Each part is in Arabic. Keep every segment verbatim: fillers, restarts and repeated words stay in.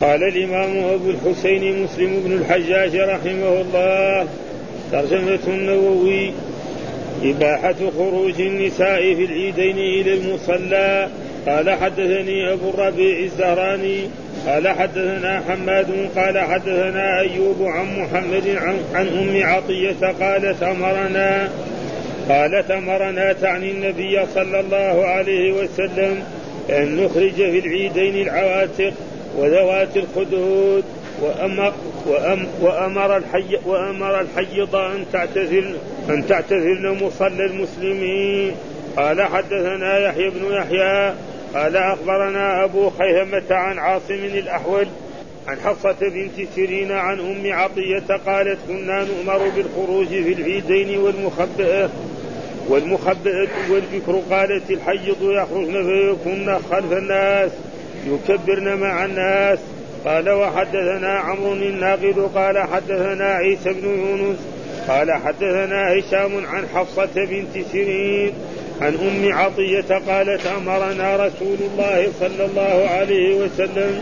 قال الإمام أبو الحسين مسلم بن الحجاج رحمه الله: ترجمة النووي: إباحة خروج النساء في العيدين إلى المصلى. قال حدثني أبو الربيع الزهراني قال حدثنا حماد قال حدثنا أيوب عن محمد عن, عن أم عطية قالت أمرنا قالت أمرنا تعني النبي صلى الله عليه وسلم أن نخرج في العيدين العواتق وذوات الخدود وأمر, وأم وأمر, الحي وأمر الحيض أن تعتزل أن تعتزلن مصلى المسلمين. قال حدثنا يحيى بن يحيى قال أخبرنا أبو خيثمة عن عاصم الأحول عن حفصة بنت سيرين عن أم عطية قالت: كنا نؤمر بالخروج في العيدين والمخبئة والمخبئة والبكر. قالت: الحيض يخرجن فيكن خلف الناس يكبرن مع الناس. قال: وحدثنا عمرو الناقد قال حدثنا عيسى بن يونس قال حدثنا هشام عن حفصة بنت سيرين عن أم عطية قالت: أمرنا رسول الله صلى الله عليه وسلم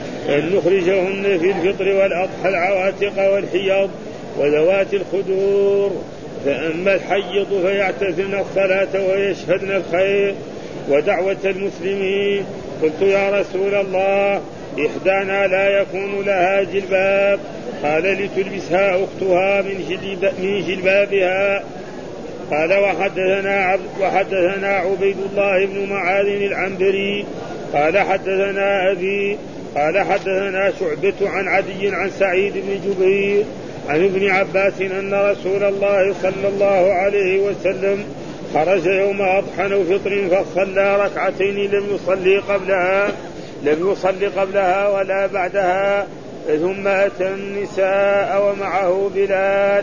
أن نخرجهن في الفطر والأضحى العواتق والحيض وذوات الخدور. فأما الحيض فيعتزلن الصلاة ويشهدن الخير ودعوة المسلمين. قلت: يا رسول الله، إحدانا لا يكون لها جلباب. قال: لتلبسها أختها من جلبابها. قال: وحدثنا, عبد وحدثنا عبيد الله بن معاذ العنبري قال حدثنا أبي قال حدثنا شعبة عن عدي عن سعيد بن جبير عن ابن عباس أن رسول الله صلى الله عليه وسلم خرج يوم أضحى أو فطر فصلى ركعتين لم يصلي قبلها لم يصلي قبلها ولا بعدها، ثم أتى النساء ومعه بلال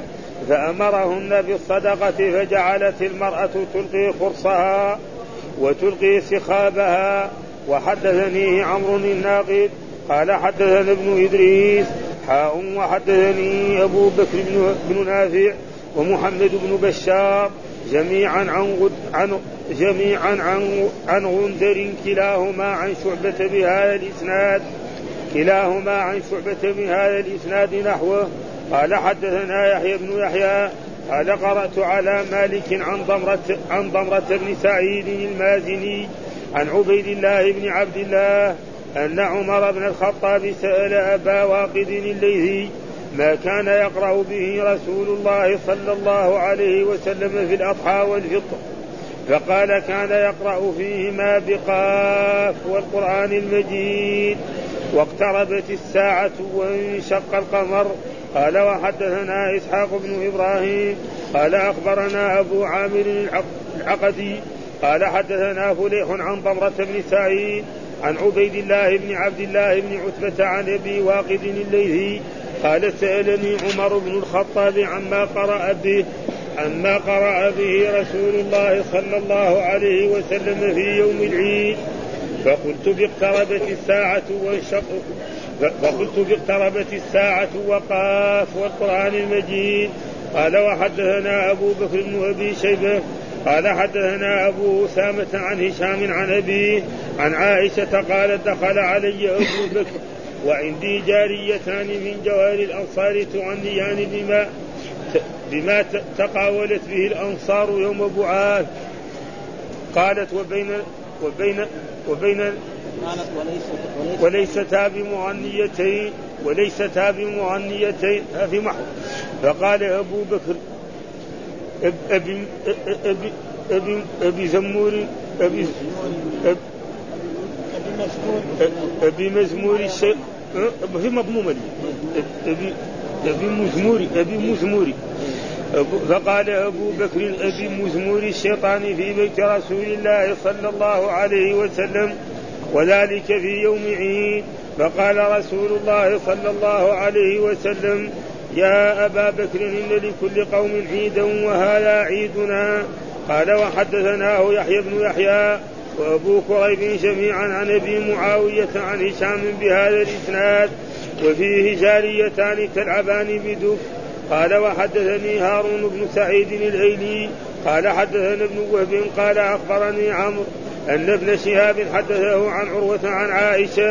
فأمرهن بالصدقة، فجعلت المرأة تلقي خرصها وتلقي سخابها. وحدثني عمرو الناقد قال حدثنا ابن إدريس حاء وحدثني أبو بكر بن نافع ومحمد بن بشار جميعا عن عن جميعا عن عن غندر كلاهما عن شعبة بهذا الإسناد كلاهما عن شعبة بهذا الإسناد نحوه. قال حدثنا يحيى بن يحيى قال قرأت على مالك عن ضمرة عن ضمرة بن سعيد المازني عن عبيد الله بن عبد الله أن عمر بن الخطاب سأل أبا واقد الليثي ما كان يقرأ به رسول الله صلى الله عليه وسلم في الأضحى والفطر، فقال: كان يقرأ فيهما بقاف والقرآن المجيد واقتربت الساعة وانشق القمر. قال: وحدثنا إسحاق بن إبراهيم قال أخبرنا أبو عامر العقدي قال حدثنا فليح عن ضمرة بن سعيد عن عبيد الله بن عبد الله بن عتبة عن أبي واقد الليثي قال: سألني عمر بن الخطاب عما قرأ به عما قرأ به رسول الله صلى الله عليه وسلم في يوم العيد، فقلت: باقتربت الساعة وانشق فقلت باقتربت الساعة وقاف والقرآن المجيد. قال: وحدثنا أبو بكر بن أبي شيبة قال حدثنا أبو أسامة عن هشام عن أبيه عن عائشة قالت: دخل علي أبو بكر وعندي جاريتان من جوار الأنصار تغنيان بما بما تقاولت به الأنصار يوم بعاث. قالت: وبين وبين وبين وليستا بمغنيتين وليستا بمغنيتين في محو. فقال أبو بكر: أبي أبي أبي أبي زمور أبي أبي مزمور الشيء في مضمومة أبي أبي مزموري أبي مزموري فقال أبو بكر: أبي مزمور الشيطان في بيت رسول الله صلى الله عليه وسلم وذلك في يوم عيد. فقال رسول الله صلى الله عليه وسلم: يا أبا بكر، إن لكل قوم عيدا وهذا عيدنا. قال: وحدثناه يحيى بن يحيى وأبو كريب جميعا عن أبي معاوية عن هشام بهذا الإسناد وفيه جاريتان تلعبان بدف. قال: وحدثني هارون بن سعيد الأيلي قال حدثنا ابن وهب قال أخبرني عمرو أن ابن شهاب حدثه عن عروة عن عائشة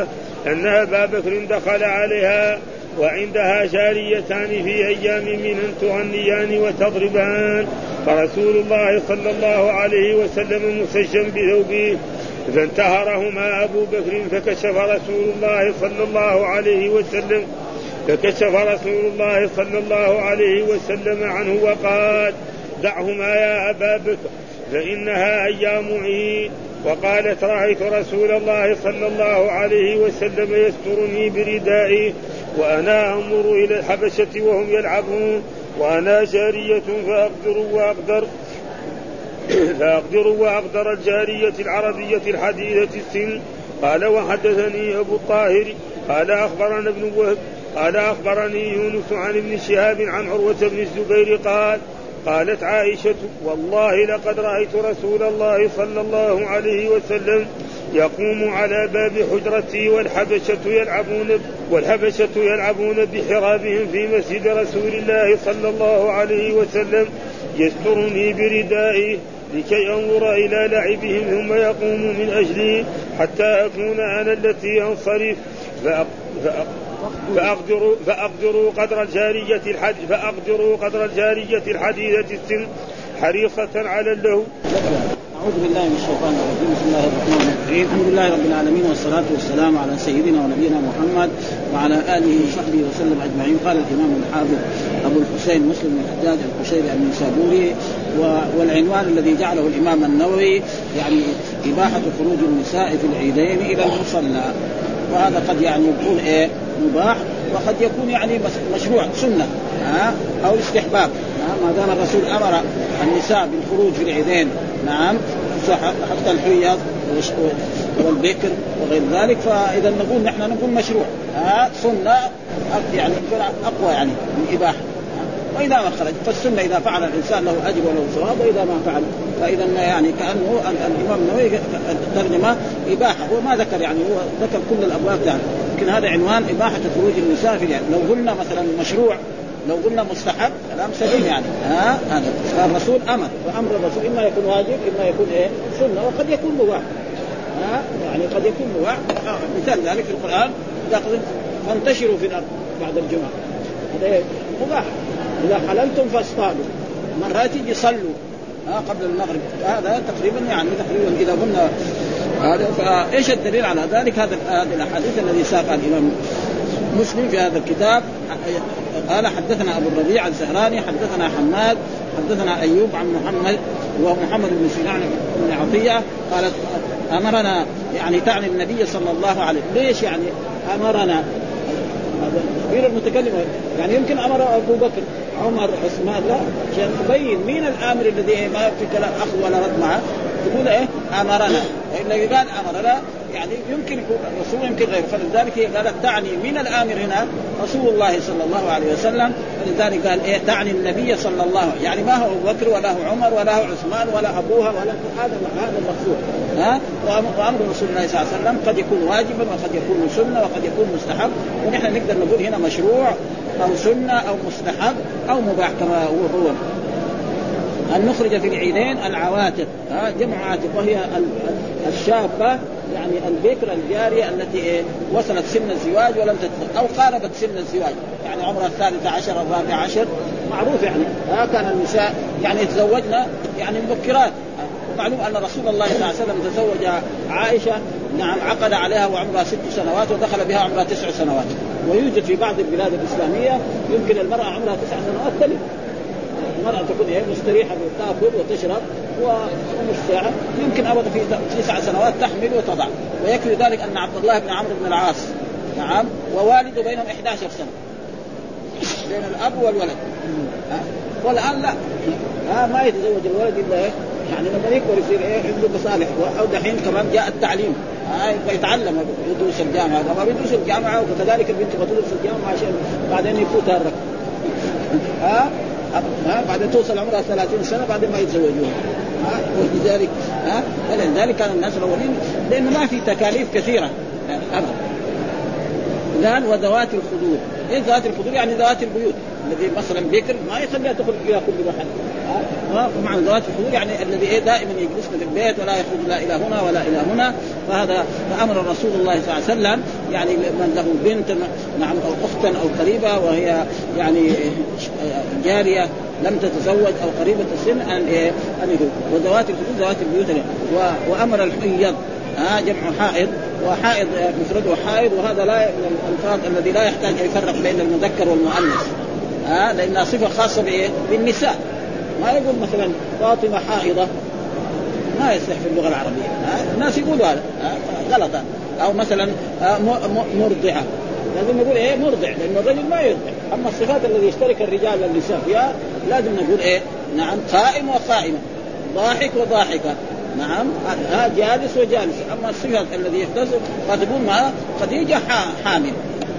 أن أبا بكر دخل عليها وعندها جاريتان في أيام منى تغنيان وتضربان، فرسول الله صلى الله عليه وسلم مسجم بثوبه فانتهرهما أبو بكر فكشف رسول الله صلى الله عليه وسلم فكشف رسول الله صلى الله عليه وسلم عنه وقال: دعهما يا أبا بكر فإنها أيام عيد. وقالت: رأيت رسول الله صلى الله عليه وسلم يسترني بردائه وأنا أمر إلى الحبشة وهم يلعبون وأنا جارية فأقدر وأقدر فأقدر وأقدر الجارية العربية الحديثة السن. قال: وحدثني أبو الطاهر قال أخبرنا ابن وهب قال أخبرني يونس عن ابن شهاب عن عروة بن الزبير قال: قالت عائشة: والله لقد رأيت رسول الله صلى الله عليه وسلم يقوم على باب حجرتي والحبشة يلعبون والحبشة يلعبون بحرابهم في مسجد رسول الله صلى الله عليه وسلم يسترني بردائه لكي أنظر إلى لعبهم ثم يقوم من أجلي حتى أكون أنا التي أنصرف فأقدر فأقدر قدر الجارية الحد فأقدر قدر الجارية الحديدة السن حريصة على اللهو. أعوذ بالله من الشيطان الرجيم. بسم الله الرحمن الرحيم. الحمد لله رب العالمين والصلاة والسلام على سيدنا ونبينا محمد وعلى آله وصحبه وسلم أجمعين. قال الإمام الحافظ أبو الحسين مسلم بن الحجاج القشيري النسابوري والعنوان الذي جعله الإمام النووي يعني إباحة خروج النساء في العيدين إلى المصلى. وهذا قد يعني يكون إيه مباح وقد يكون يعني مشروع سنة ها أو استحباب. ما دام الرسول أمر النساء بالخروج في العيدين نعم حتى الحيض والبكر وغير ذلك، فإذا نقول نحن نقول مشروع ها سنة يعني أقوى يعني من إباحة. وإذا ما خرج فالسنة إذا فعل الإنسان له أجر وله ثواب، وإذا ما فعل فإذا يعني كأنه الإمام النووي ترجمة إباحة. وما ذكر يعني هو ذكر كل الأبواب يعني، لكن هذا عنوان إباحة خروج النساء في العيد. لو قلنا مثلا مشروع لو قلنا مستحب كلام سليم يعني ها هذا الرسول أمر، وأمر الرسول إما يكون واجب إما يكون إيه سنة وقد يكون مباح ها يعني قد يكون مباح. مثال ذلك في القرآن فانتشروا في الأرض بعد الجمعة هذا مباح. إذا حللتم فاصطادوا مرات يجي صلوا ها قبل المغرب، هذا تقريبا يعني تقريبا إذا قلنا هذا. فإيش الدليل على ذلك؟ هذا هذه الأحاديث الذي ساق الإمام مسلم في هذا الكتاب. قال: حدثنا أبو الربيع الزهراني حدثنا حماد حدثنا أيوب عن محمد ومحمد بن سنان بن عطية قالت: أمرنا يعني تعني النبي صلى الله عليه وسلم. ليش يعني أمرنا؟ غير المتكلم يعني يمكن أمر أبو بكر عمر عثمان، لا عشان تبين مين الآمر الذي ما في كلام أخذ ولا رد معه تقول إيه أمرنا. وإن قال أمرنا يعني يمكن يكون الرسول يمكن غيره، فلذلك هي قالت تعني من الآمر هنا رسول الله صلى الله عليه وسلم. فلذلك قال إيه تعني النبي صلى الله عليه وسلم، يعني ما هو أبو بكر ولا هو عمر ولا هو عثمان ولا أبوها ولا هذا هذا المقصود ها. وأمر رسول الله صلى الله عليه وسلم قد يكون واجبا وقد يكون سنة وقد يكون مستحب، ونحن نقدر نقول هنا مشروع أو سنة أو مستحب أو مباح كما هو هو. أن نخرج في العيدين العواتق جمع عاتق وهي الشابة يعني البكر الجارية التي وصلت سن الزواج ولم تتزوج أو قاربت سن الزواج يعني عمرها الثالثة عشر أو الرابع عشر معروف يعني ها كان النساء يعني يتزوجنا يعني مبكرات. ومعلوم أن رسول الله صلى الله عليه وسلم تزوج عائشة نعم عقد عليها وعمرها ست سنوات ودخل بها عمرها تسع سنوات. ويوجد في بعض البلاد الإسلامية يمكن المرأة عمرها تسع سنوات تلد، المرأة تكون إيه مستريحة وتأكل وتشرب ونص ساعة، يمكن أبدا في تسع سنوات تحمل وتضع. ويكفي ذلك أن عبد الله بن عمرو بن العاص نعم ووالده بينهم إحدى عشرة سنة بين الأب والولد ها؟ والآن لا ها ما يتزوج الولد إلا إيه يعني لما يكبر يصير إيه عنده مصالح. أو دحين كمان جاء التعليم ها يتعلم يدرس الجامعة وما بيدرس الجامعة، وكذلك البنت بتدرس الجامعة عشان بعدين يفوتها الركب ها ها بعدين توصل عمرها ثلاثين سنة بعدين ما يتزوجون ها. ولذلك ها ولذلك كان الناس الأولين لأنه ما في تكاليف كثيرة يعني أبدا. قال وذوات الخدور. إيه ذوات الخدور؟ يعني ذوات البيوت الذي مثلا بكر ما يخليها تخرج فيها كل واحد ومعنى ذوات الحضور يعني الذي إيه دائما يجلسنا في البيت ولا يخرج لا إلى هنا ولا إلى هنا. فهذا فأمر رسول الله صلى الله عليه وسلم يعني من له بنت نعم أو أختا أو قريبة وهي يعني جارية لم تتزوج أو قريبة السن أن إيه أن يقول وذوات الحدود ذوات البيوت. وأمر الحيض ها جمع حائض وحائض مفرده حائض وهذا لا من الألفاظ الذي لا يحتاج أن يفرق بين المذكر والمؤنث ها لأنها صفة خاصة بإيه بالنساء. ما يقول مثلا فاطمة حائضة ما يصح في اللغة العربية الناس يقولوا هذا غلطا. أو مثلا مرضعة لازم نقول إيه مرضع لأن الرجل ما يرضع. أما الصفات الذي يشترك الرجال والنساء فيها لازم نقول إيه نعم قائم وقائمة ضاحك وضاحكة نعم ها جالس وجالس. أما الصفات الذي يختص فتقول ما خديجة حامل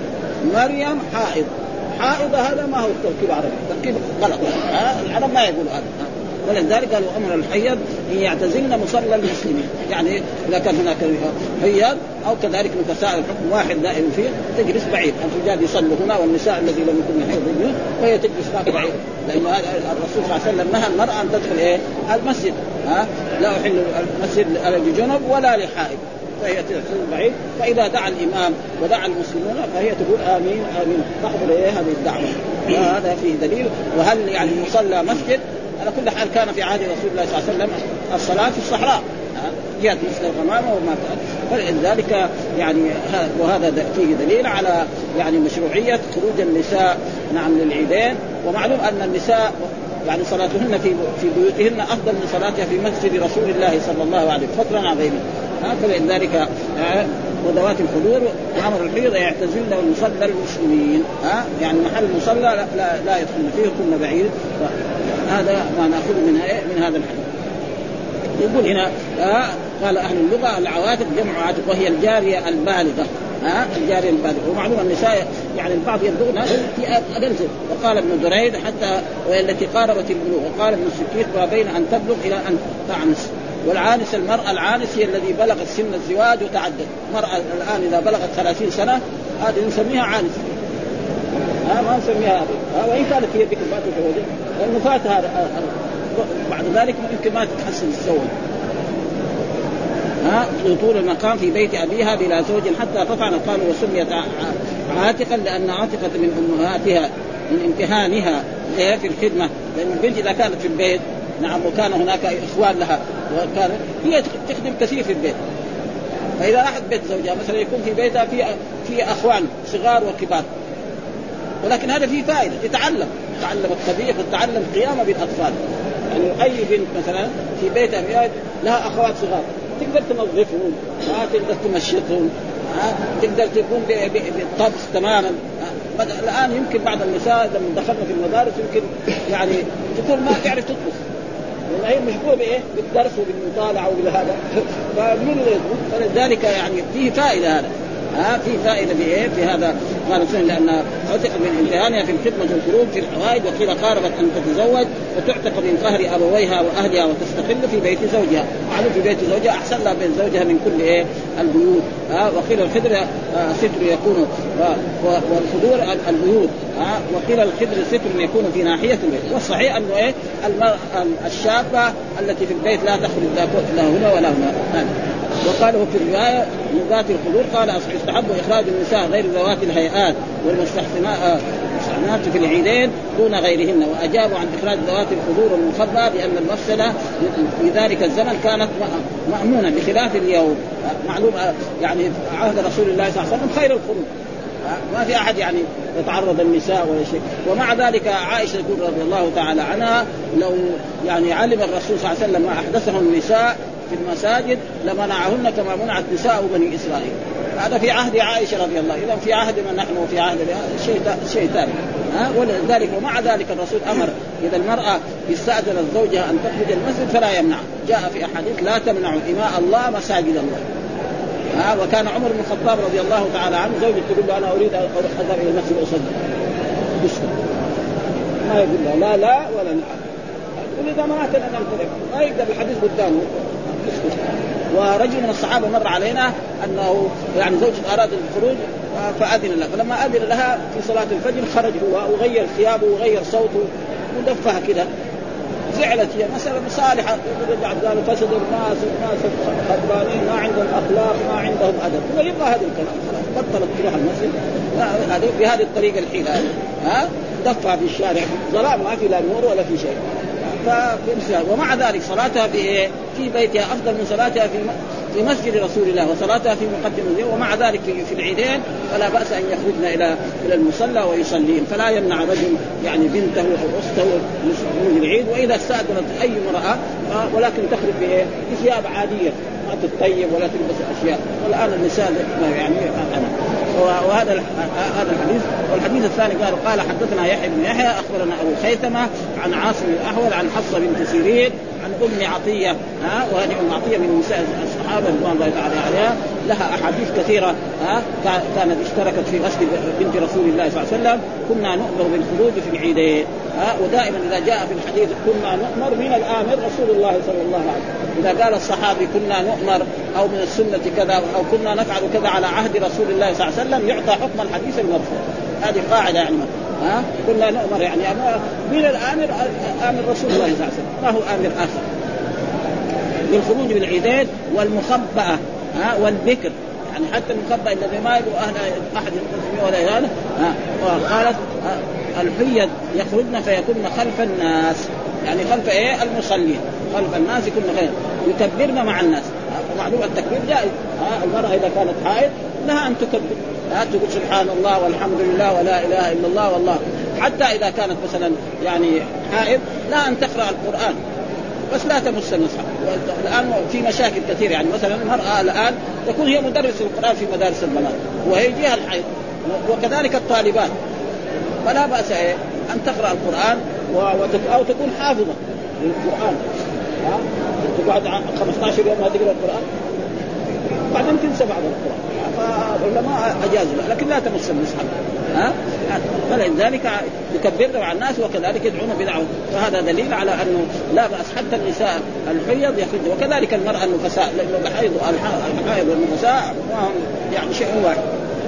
مريم حائض حائضة هذا ما هو التركيب العربي تركيب غلط العرب ما يقولوا هذا. ولذلك قالوا أمر الحيض أن يعتزلن مصلى المسلمين يعني إذا كان هناك حيض أو كذلك متساءل الحكم واحد دائم فيه تجلس بعيد. الرجال يصلوا هنا والنساء الذي لم يكن يحيض وهي تجلس هناك بعيد لأن الرسول صلى الله عليه وسلم نهى المرأة أن تدخل إيه المسجد ها لا أحل المسجد لجنب ولا لحائض فهي تدخل بعيد. فإذا دعا الإمام ودعا المسلمون فهي تقول آمين آمين تحضر إيه هذه الدعوة. وهذا فيه دليل. وهل يعني يصلى مسجد على كل حال كان في عهد رسول الله صلى الله عليه وسلم الصلاة في الصحراء جاءت مثل الغمامة وما كان. فلذلك يعني وهذا فيه دليل على يعني مشروعية خروج النساء نعم للعيدين. ومعلوم أن النساء يعني صلاتهن في في بيوتهن أفضل من صلاتها في مسجد رسول الله صلى الله عليه وسلم فترة عظيمة. فلذلك وذوات الحضور وأمر الحيض يعتزلن المصلى المسلمين ها يعني محل المصلى لا, لا, لا يدخلن فيه كن بعيد. هذا ما نأخذ من من هذا الحديث. يقول هنا آه قال أهل اللغة العواتق جمع عاتق وهي الجارية البالغة ها آه الجارية البالغة. ومعلوم النساء يعني البعض يبدون في أقل. وقال ابن دريد حتى والتي قاربت البلوغ. وقال ابن السكيت ما بين أن تبلغ إلى أن تعنس. والعانس المرأة العانس هي الذي بلغت سن الزواج وتعدد. المرأة الآن إذا بلغت ثلاثين سنة هذه نسميها عانس ها ما نسميها هذه وإن كانت هي ذيك الفاتة في وجه لأنه فاتها بعد ذلك يمكن ما تتحسن الزوج ها طول المقام في بيت أبيها بلا زوج حتى تطعن. قالوا وسميت عاتقا لأن عاتقة من أمهاتها من امتهانها في الخدمة. لأن البنت إذا كانت في البيت نعم وكان هناك إخوان لها وكان هي تخدم كثير في البيت. فإذا راحت بيت زوجها مثلا يكون في بيتها في في أخوان صغار وكبار ولكن هذا فيه فائدة تتعلم تتعلم الطبيعة وتتعلم القيامة بالأطفال. يعني أي بنت مثلا في بيتها لها أخوات صغار تقدر تنظفهم تقدر تمشطهم تقدر تقوم بالطبخ تماما. الآن يمكن بعض النساء لما دخلنا في المدارس يمكن يعني تكون ما تعرف تطبخ لأن هي مشغولة بإيه بالدرس وبالمطالعة وبهذا فمن فلذلك يعني فيه فائدة هذا ها في فائدة بإيه في هذا قال سنة لأن عتق من امتهانها في الخدمة والخروج في الحوائج. وقيل قاربت أن تتزوج وتعتق من قهر أبويها وأهلها وتستقل في بيت زوجها. معلوم في بيت زوجها أحسن لها بين زوجها من كل إيه البيوت ها. وقيل الخدر ستر يكون والخدور البيوت ها. وقيل الخدر ستر يكون في ناحية البيت. والصحيح أنه إيه الشابة التي في البيت لا تخرج لا هنا ولا هنا. وقاله في الرواية ذات الخدور قال استحب إخراج النساء غير ذوات الهيئات والمستحسنات في العيدين دون غيرهن. وأجابوا عن إخراج ذوات الخدور المخبأة لأن المفسدة في ذلك الزمن كانت مأمونة بخلاف اليوم. معلوم يعني عهد رسول الله صلى الله عليه وسلم خير الخروج ما في أحد يعني يتعرض النساء ولا شيء. ومع ذلك عائشة تقول رضي الله تعالى عنها لو يعني علم الرسول صلى الله عليه وسلم ما أحدثه النساء في المساجد لمنعهن كما منعت نساء بني إسرائيل. هذا في عهد عائشة رضي الله. إذا في عهدنا نحن وفي عهد شيء شيء ثاني ها. ولذلك ومع ذلك الرسول أمر إذا المرأة استأذنت زوجها أن تخرج المسجد فلا يمنع. جاء في أحاديث لا تمنعوا إماء الله مساجد الله ها. وكان عمر بن الخطاب رضي الله تعالى عنه زوجته تقول له أنا أريد أن أذهب إلى المسجد أصلي ما يقول لا لا لا ولا نعم. وإذا منعت أن أنطلق ما يقدر الحديث قدامه. ورجل من الصحابة مر علينا أنه يعني زوجته أراد الخروج فأذن لها. فلما أذن لها في صلاة الفجر خرج هو وغير ثيابه وغير صوته ودفها كده زعلت هي مثلا صالحة قالوا فسد الناس الناس خدمانين ما عندهم أخلاق ما عندهم أدب ويبغى هذا الكلام بطلت تروح المسجد هذه بهذه الطريقة الحيلة ها دفع في الشارع ظلام ما في لا نور ولا في شيء. ومع ذلك صلاتها في في بيتها أفضل من صلاتها في في مسجد رسول الله وصلاتها في مقدم اليوم. ومع ذلك في العيدين فلا بأس أن يخرجن إلى إلى المصلى ويصلين فلا يمنع رجل يعني بنته أو أخته من العيد. وإذا استأذنت أي امرأة ولكن تخرج بثياب عادية ما تتطيب ولا تلبس أشياء. والآن النساء يعني أنا وهذا هذا الحديث. والحديث الثاني قال قال حدثنا يحيى بن يحيى أخبرنا أبو خيثمة عن عاصم الأحول عن حفصة بنت سيرين عن أم عطية ها وهذه أم عطية من نساء الصحابة رضوان الله تعالى عليها لها أحاديث كثيرة ها كانت اشتركت في مسجد بنت رسول الله صلى الله عليه وسلم. كنا نؤمر بالخروج في العيدين ها ودائما إذا جاء في الحديث كنا نؤمر من الآمر رسول الله صلى الله عليه وسلم. إذا قال الصحابي كنا نؤمر أو من السنة كذا أو كنا نفعل كذا على عهد رسول الله صلى الله عليه وسلم يعطى حكم الحديث المرفوع. هذه قاعدة يعني ها كنا نؤمر يعني من الآمر آمر رسول الله صلى الله عليه وسلم ما هو آمر آخر بالخروج بالعيدين والمخبأة ها والبكر يعني حتى المخبأ الذي ما يبغوا أهل أحد المسلمين ولا يهاله ها وقالت الحيض يخرجن فيكون خلف الناس يعني خلف إيه المصلين خلف الناس يكون غير يكبرن مع الناس. معلوم التكبير جائز ها المرأة إذا كانت حائض لها أن تكبر لا تقول سبحان الله والحمد لله ولا إله إلا الله والله. حتى إذا كانت مثلا يعني حائض لا أن تقرأ القرآن بس لا تمس المصحف. الآن في مشاكل كثير يعني مثلا المرأة الآن تكون هي مدرس القرآن في مدارس البنات وهيجيها الحيض وكذلك الطالبات فلا بأس أن تقرأ القرآن أو تكون حافظة للقرآن ها تقعد خمسة عشر يوم ما تقرأ القرآن بعدين تنسى بعض القرآن فالعلماء أجازوا لكن لا تمس المصحف ها فلذلك يكبرن مع الناس وكذلك يدعون بدعوة. فهذا دليل على أنه لا بأس حتى النساء الحيض يخرج وكذلك المرأة النفساء لأنه الحيض الحيض والنفساء يعني شيء واحد.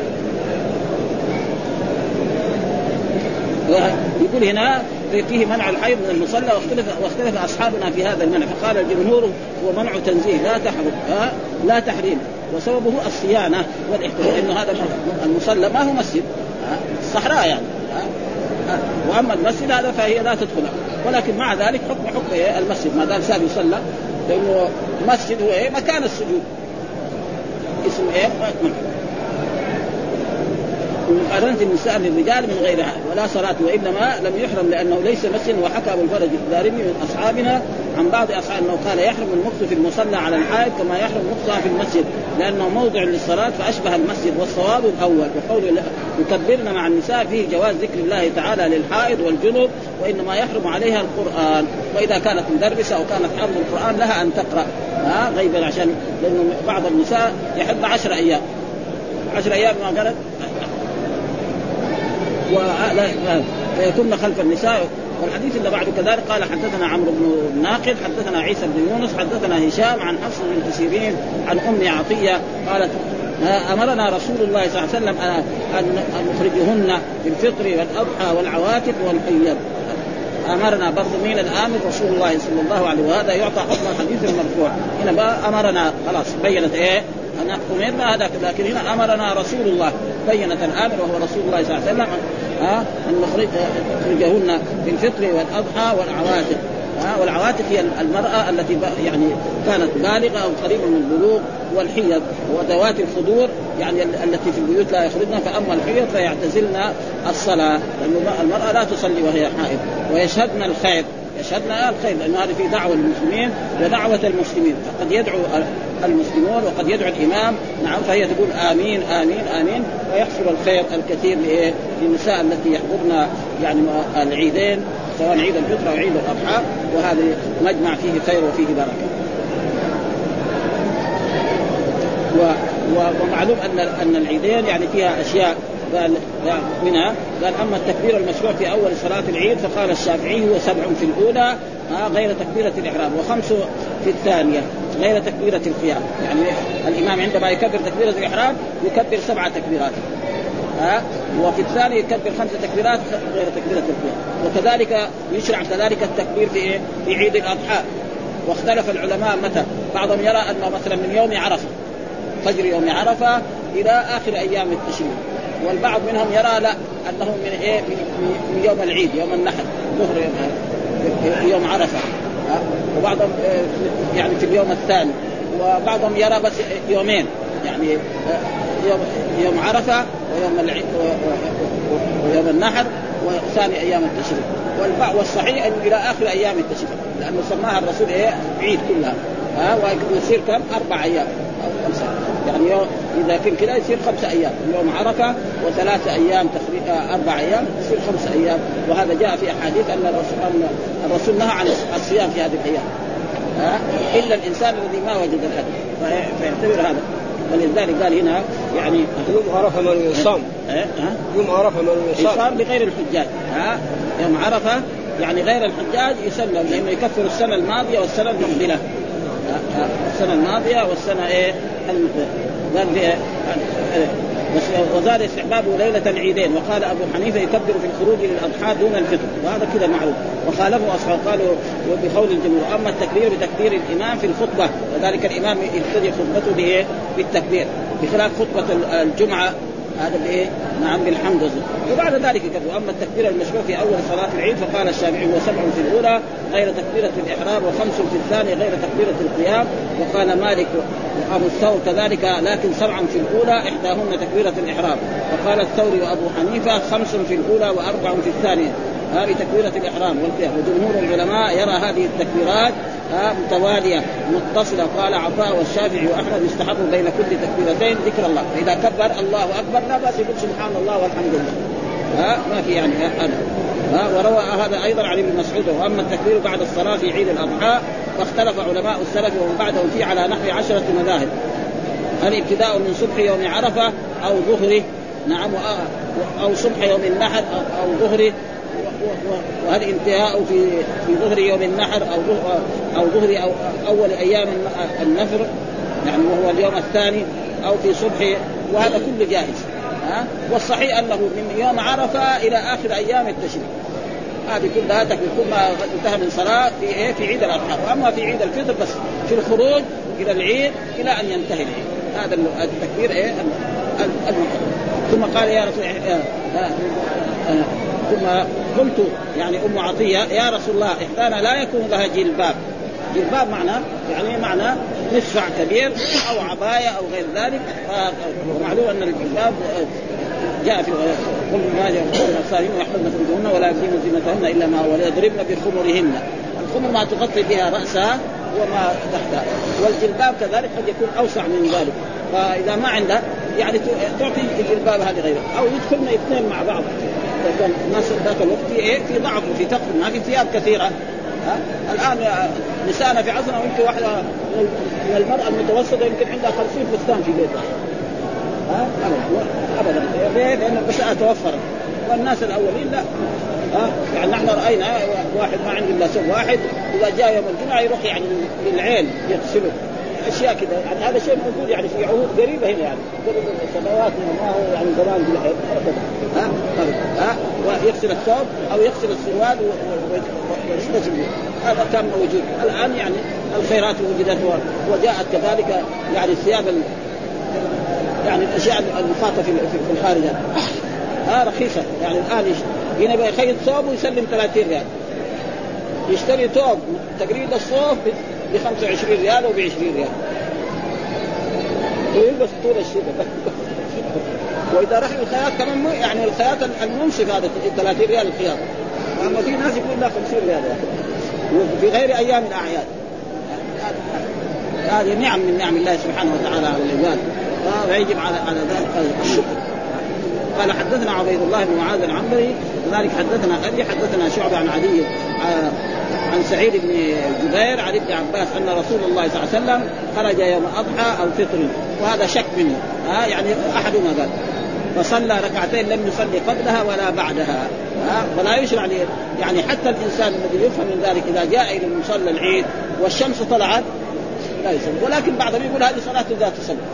يقول هنا فيه منع الحيض من المصلى واختلف واختلف أصحابنا في هذا المنع فقال الجمهور هو منع تنزيه لا تحرم ها لا تحريم وسببه الصيانة والاحترام إنه هذا المصلى ما هو مسجد الصحراء يعني وأما المسجد هذا فهي لا تدخله ولكن مع ذلك حكم حكم المسجد ما دام ساب يصلى لأنه مسجد هو إيه مكان السجود اسمه إيه أذنت النساء للرجال من غيرها ولا صلاة وإنما لم يحرم لأنه ليس مسجد. وحكى أبو الفرج الدارمي من أصحابنا عن بعض أصحاب أنه قال يحرم المكث في المصلى على الحائض كما يحرم مكثها في المسجد لأنه موضع للصلاة فأشبه المسجد. والصواب الأول وقول يكبرن مع النساء فيه جواز ذكر الله تعالى للحائض والجنوب وإنما يحرم عليها القرآن. وإذا كانت مدرسة أو كانت حافظة القرآن لها أن تقرأ ها غيبا عشان لأنه بعض النساء يحب عشر أيام عشر أيام ما قالت ويكون خلف النساء. والحديث اللي بعده كذلك قال حدثنا عمرو بن ناقد حدثنا عيسى بن يونس حدثنا هشام عن حفص بنت سيرين عن أم عطية قالت أمرنا رسول الله صلى الله عليه وسلم أن نخرجهن بالفطر والأضحى والعواتق والحيض. أمرنا برضو مين الآمر رسول الله صلى الله عليه وهذا يعطى حكم الحديث المرفوع. هنا بقى أمرنا خلاص بينت إيه أن أمرنا هذا لكن هنا أمرنا رسول الله بينت الآمر وهو رسول الله صلى الله عليه وسلم ها أن نخرجهن بالفطر والأضحى والعواتق. ها والعواتق هي المرأة التي يعني كانت بالغة أو قريبة من البلوغ والحيض وذوات الخدور يعني التي في البيوت لا يخرجن. فأما الحيض فيعتزلن الصلاة لأن المرأة لا تصلي وهي حائض ويشهدن الخير يشهدنا الخير لأن هذه في دعوة المسلمين ودعوة المسلمين فقد يدعو المسلمون وقد يدعو الإمام نعم فهي تقول آمين آمين آمين ويحصل الخير الكثير للنساء التي يحضرن يعني العيدين سواء عيد الفطر أو عيد الأضحى وهذا مجمع فيه خير وفيه بركة. ومعلوم أن أن العيدين يعني فيها أشياء قال منها قال أما التكبير المشروع في أول صلاة العيد فقال الشافعي هو سبع في الأولى غير تكبيرة الإحرام وخمس في الثانية غير تكبيرة القيام. يعني الإمام عندما يكبر تكبيرة الإحرام يكبر سبع تكبيرات ها. وفي الثاني يكبر خمس تكبيرات غير تكبيرة القيام. وكذلك يشرع كذلك التكبير في إيه؟ في عيد الأضحى. واختلف العلماء متى، بعضهم يرى أنه مثلا من يوم عرفة، فجر يوم عرفة إلى آخر أيام التشريق، والبعض منهم يرى لا أنه من إيه من يوم العيد يوم النحر ظهر يوم, يوم عرفة، وبعضهم يعني في اليوم الثاني، وبعضهم يرى بس يومين يعني يوم يوم عرفة ويوم العيد ويوم النحر وثاني أيام التشريق. والبعض والصحيح أن إلى آخر أيام التشريق، لأنه سماها الرسول إيه عيد كلها، ها ويصير كم أربع أيام أو خمسة، يعني يوم إذا كان كذا يصير خمسة أيام، يوم عرفة وثلاثة أيام تقريبا أربع أيام يصير خمسة أيام. وهذا جاء في أحاديث أن الرسول أن الرسول نهى عن الصيام في هذه الأيام، ها إلا الإنسان الذي ما وجد الهدي فيعتبر هذا. ولذلك قال هنا يعني يوم عرفة ما يصام، يوم عرفة ما يصام يصام لغير الحجاج، ها يوم عرفة يعني غير الحجاج يسلم، لأنه يكفر السنة الماضية والسنة المقبلة، السنة الماضية والسنة إيه قال فيها. وزاد استحبابه ليلة العيدين. وقال أبو حنيفة يكبر في الخروج للأضحى دون الفطر، وهذا كذا معروف. وخالفه أصحاب قالوا بقول الجمهور. أما التكبير بتكبير الإمام في الخطبة، وذلك الإمام يبتدئ خطبته بإيه بالتكبير، بخلاف خطبة الجمعة هذا بإيه نعم بالحمد والزكاة. وبعد ذلك كبر. أما التكبير المشروع في أول صلاة العيد فقال الشافعي وسبع في الأولى غير تكبيرة الإحرام، وخمس في الثاني غير تكبيرة القيام. وقال مالك وأبو الثور كذلك لكن سبعا في الأولى إحداهن تكبيرة الإحرام. وقال الثوري وأبو حنيفة خمس في الأولى وأربع في الثانية هذه تكبيرة الإحرام والقيام. وجمهور العلماء يرى هذه التكبيرات متوالية متصلة. قال عطاء والشافعي وأحمد يستحب بين كل تكبيرتين ذكر الله، فإذا كبر الله أكبر لا بأس يقول سبحان الله والحمد لله، ها ما في يعني هذا. ها وروى هذا أيضا عن ابن مسعود. وأما التكبير بعد الصلاة في عيد الأضحى فاختلف علماء السلف ومن بعدهم فيه على نحو عشرة مذاهب، هل ابتداء من صبح يوم عرفة أو ظهره نعم أو صبح يوم النحر أو ظهره، وهل انتهاء في في ظهر يوم النحر أو أو ظهر أو أول أيام النفر يعني وهو اليوم الثاني أو في صبح، وهذا كله جائز. ها والصحيح أنه من يوم عرفة إلى آخر أيام التشريق، هذه كلها تكبير كل ما انتهى من صلاة في إيه في عيد الأضحى. وأما في عيد الفطر بس في الخروج إلى العيد إلى أن ينتهي العيد، هذا التكبير إيه المقدم. ثم قال يا رسول الله ثم قلت يعني أم عطية يا رسول الله إحدانا لا يكون لها جلباب. جلباب معناه يعني معناه مدفع كبير أو عباية أو غير ذلك. ومعلوم أن الجلباب جاء في كل ما جاء في الأبصارهم ويحفظن فروجهن ولا يبدين زينتهن إلا ما هو ويضربن بخمرهن. الخمر ما تغطي بها رأسها وما تحتها، والجلباب كذلك قد يكون أوسع من ذلك، فإذا ما عنده يعني تعطي الجلباب هذه غيره، أو يدخلن اثنين مع بعض. كان الناس ذاك الوقت في إيه في ضعف وفي فقر، ما في ثياب كثيرة. ها الآن نساءنا في عصرنا يمكن واحدة من المرأة المتوسطة يمكن عندها خمسين فستان في بيتها. ها أبدا أبدا لأن البشرة توفرت، والناس الأولين لا. ها يعني نحن رأينا واحد ما عنده إلا سوق واحد إذا جاء يوم الجمعة يروح يعني للعين يغسله أشياء كذا. يعني هذا شيء موجود يعني في عهود قريبة هنا يعني قبل سنوات ما هو يعني زمان في الحين. ها ها ويغسل الثوب أو يغسل السروال ويستجب. هذا كان موجود. الآن يعني الخيرات وجدت وجاءت كذلك يعني الثياب يعني الأشياء المخاطة في الخارج ها رخيصة. يعني الآن هنا بيخيط ثوب ويسلم ثلاثين ريال، يشتري ثوب تقريبا الصوف بخمسة وعشرين ريال أو بعشرين ريال ويلبس طول الشتاء. وإذا رحل الخياط كمان يعني الخياط المنصف هذا ثلاثين ريال الخياط، أما في ناس يقول لا خمسين ريال وفي غير أيام الأعياد. هذه نعم من نعم الله سبحانه وتعالى على العباد، فيجب على على ذلك الشكر. قال حدثنا عبيد الله بن معاذ العنبري كذلك حدثنا أبي حدثنا شعبة عن عدي عن سعيد بن جبير عن ابن عباس أن رسول الله صلى الله عليه وسلم خرج يوم أضحى أو فطر، وهذا شك منه ها يعني أحدنا قال فصلى ركعتين لم يصلي قبلها ولا بعدها. ها ولا يشرع يعني حتى الإنسان الذي يفهم من ذلك إذا جاء إلى مصلى العيد والشمس طلعت لا يصلي، ولكن بعضهم يقول هذه صلاة ذات صلاة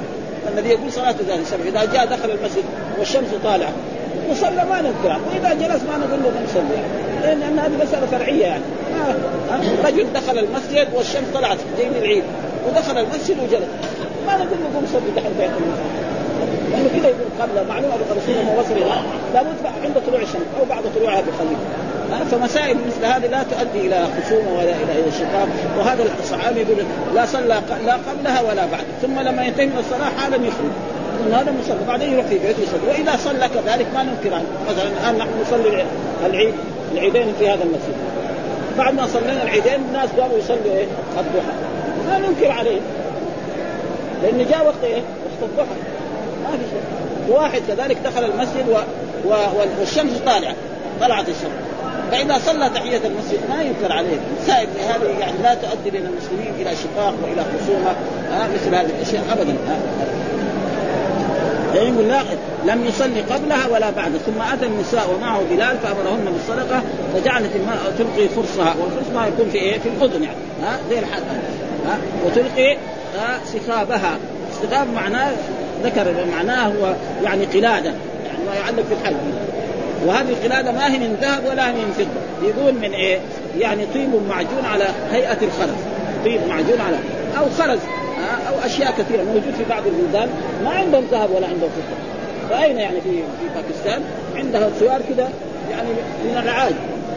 النبي يقول صلاة ذات السبع إذا جاء دخل المسجد والشمس طالعة وصلى ما نذكره، وإذا جلس ما نقول له نصلي، لأن هذه مسألة فرعية يعني. رجل دخل المسجد والشمس طلعت جاي من العيد ودخل المسجد وجلس، ما نقول له قوم صلي دحين بيت المسجد، لأنه كذا يقول قبل معلومة الرسول ما وصل لا بد عند طلوع الشمس أو بعد طلوعها بقليل. فمسائل مثل هذه لا تؤدي إلى خصومة ولا إلى شقاق. وهذا الصحابي يقول لا صلى لا قبلها ولا بعد، ثم لما ينتهي من الصلاة حالا يخرج من هذا مصلى، بعدين يروح في بيته يصلي. وإذا صلى كذلك ما ننكر عنه. مثلا الآن نحن نصلي العيد العيدين في هذا المسجد، بعد ما صلينا العيدين الناس قاموا يصلوا إيه الضحى، ما ننكر عليه لأن جاء وقت إيه وقت الضحى ما في شيء. واحد كذلك دخل المسجد و... و... والشمس طالعة طلعت الشمس، فإذا صلى تحية المسجد ما ينكر عليه. سائل هذه يعني لا تؤدي بين المسلمين إلى شقاق وإلى خصومة آه مثل هذه الأشياء أبدا. آه. يقول لا لم يصلي قبلها ولا بعد. ثم أتى النساء ومعه بلال فأمرهن بالصدقة، فجعلت المرأة تلقي فرصها، والفرص ما يكون في إيه في الأذن يعني ها زي الحد ها، وتلقي ها سخابها. سخاب معناه ذكر معناه هو يعني قلادة يعني ما يعلق في الحلق، وهذه القلادة ما هي من ذهب ولا من فضة، يقول من إيه يعني طيب معجون على هيئة الخرز، طيب معجون على أو خرز أو أشياء كثيرة موجود في بعض البلدان ما عندهم ذهب ولا عندهم فضة. فأين يعني في في باكستان عندها سوار كده يعني من الرعاج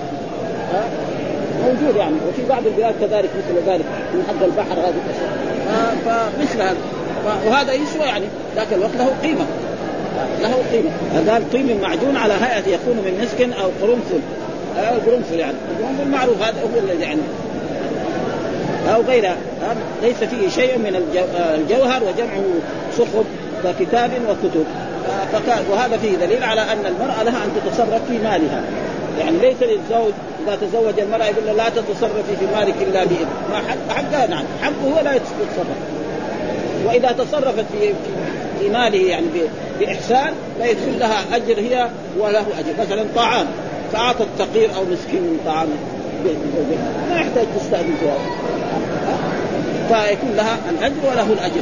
موجود يعني، وفي بعض البلاد كذلك مثل ذلك من حق البحر هذه الأشياء. فمثل هذا وهذا يسوى يعني ذاك الوقت له قيمة له قيمة. هذا الطين معجون على هيئة يكون من مسك أو قرنفل أو قرنفل يعني المعروف هذا هو الذي يعني أو غيره ليس فيه شيء من الجوهر وجمعه صخب ككتاب وكتب. فكان وهذا فيه دليل على أن المرأة لها أن تتصرف في مالها، يعني ليس للزوج إذا تزوج المرأة يقول له لا تتصرفي في مالك إلا بإذن، ما حق حقها نعم حقه هو لا يتصرف. وإذا تصرفت في في ماله يعني بإحسان فيكون لها أجر هي وله أجر. مثلا طعام فأعطت فقير أو مسكين من طعام ما يحتاج تستأذن فيها، فيكون لها الأجر وله الأجر.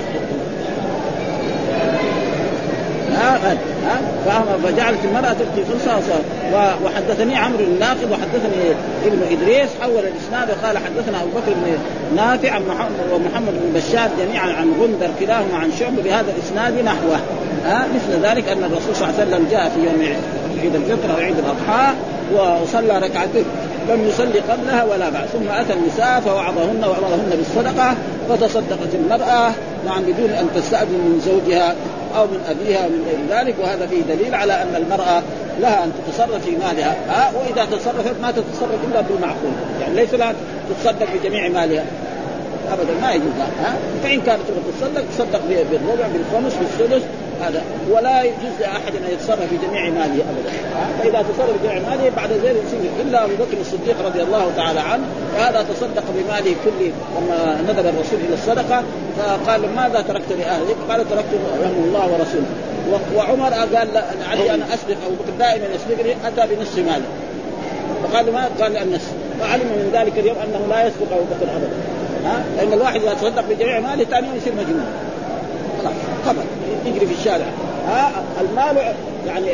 ها ها فجعلت المرأة تلقي فرصة. وحدثني عمرو الناقد وحدثني ابن إدريس حول الإسناد وقال حدثنا أبو بكر بن نافع عن ومحمد بن بشار جميعا عن غندر كلاهما عن شعب بهذا الإسناد نحوه. ها مثل ذلك أن الرسول صلى الله عليه وسلم جاء في يوم عيد الفطر أو عيد الأضحى وصلى ركعتين لم يصلي قبلها ولا بعد، ثم أتى النساء فوعظهن وأمرهن بالصدقة، فتصدقت المرأة نعم بدون أن تستأذن من زوجها أو من أبيها من غير ذلك. وهذا فيه دليل على أن المرأة لها أن تتصرف في مالها، ها وإذا تصرفت ما تتصرف إلا بالمعقول، يعني ليس لها تتصدق بجميع مالها أبدا ما يجوز لها. فإن كانت تتصدق تصدق بالربع بالخمس بالسدس هذا، ولا يجوز لأحد أن يتصرف في جميع ماله أبدا. فإذا تصرف في جميع ماله بعد ذلك إلا أبو بكر الصديق رضي الله تعالى عنه، فهذا تصدق بماله كله لما نذر الرسول إلى الصدقة فقال ماذا تركت لأهلك؟ قال تركت لهم الله ورسوله. وعمر قال علي أنا أسبق، أبو بكر دائما يسبقني، أتى بنصف ماله فقال ما قال النصف، فعلم من ذلك اليوم أنه لا يسبق أبو بكر أبدا. ها لأن الواحد إذا تصدق بجميع ماله ثاني يوم يصير مجنون خلاص خبر يجري في الشارع. ها المال يعني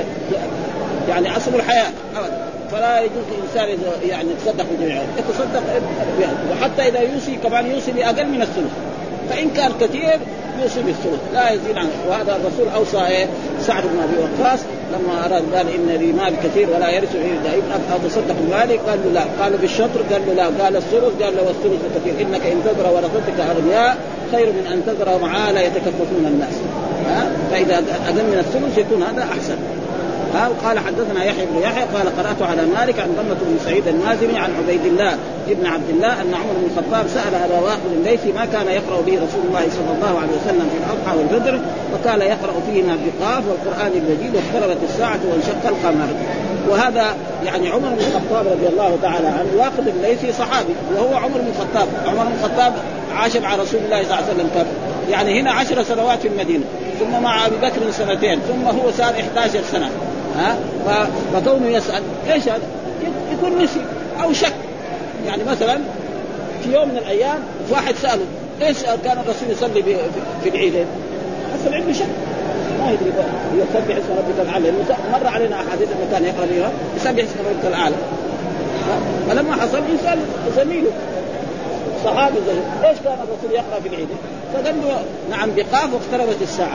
يعني أصل الحياة أبدا، فلا يجوز لإنسان يعني يتصدق بجميع، يتصدق وحتى إذا يوصي كمان يوصي بأقل من الثلث، فإن كان كثير يوصي بالثلث لا يزيد عنه. وهذا الرسول أوصى إيه سعد بن أبي وقاص لما أراد قال إن لي مال كثير ولا يرث ابن أتصدق بمالي، قال له لا، قال بالشطر، قال له لا، قال الثلث، قال له والثلث كثير، إنك إن تذر ورثتك أغنياء خير من أن تذر معالا يتكففون الناس. ها فإذا أقل من الثلث يكون هذا أحسن. ها وقال حدثنا يحيى بن يحيى قال قرأت على مالك عن ضمة بن سعيد المازني عن عبيد الله ابن عبد الله أن عمر بن الخطاب سأل أبا واقد الليثي ما كان يقرأ به رسول الله صلى الله عليه وسلم في الأضحى والفطر، وكان يقرأ فيهما بقاف والقرآن المجيد واقتربت الساعة وانشق القمر. وهذا يعني عمر بن الخطاب رضي الله تعالى عنه، واقد الليثي صحابي وهو عمر بن الخطاب. عمر بن الخطاب عاش مع رسول الله صلى الله عليه وسلم كم يعني هنا عشر سنوات في المدينة، ثم مع أبي بكر سنتين، ثم هو صار إحدى عشر سنة. ها فكونه يسأل ايش هذا يكون نسي او شك، يعني مثلا في يوم من الايام واحد سأله ايش كان الرسول يصلي في العيدين، حصل عنده شك ما يدري يسبح اسم ربك الأعلى. مر علينا أحاديث أنه كان يقرأ بها يسبح اسم ربك الأعلى. فلما حصل إنسان زميله صحابي زيه إيش كان الرسول يقرأ في العيد؟ فقال له نعم بقاف واقتربت الساعة.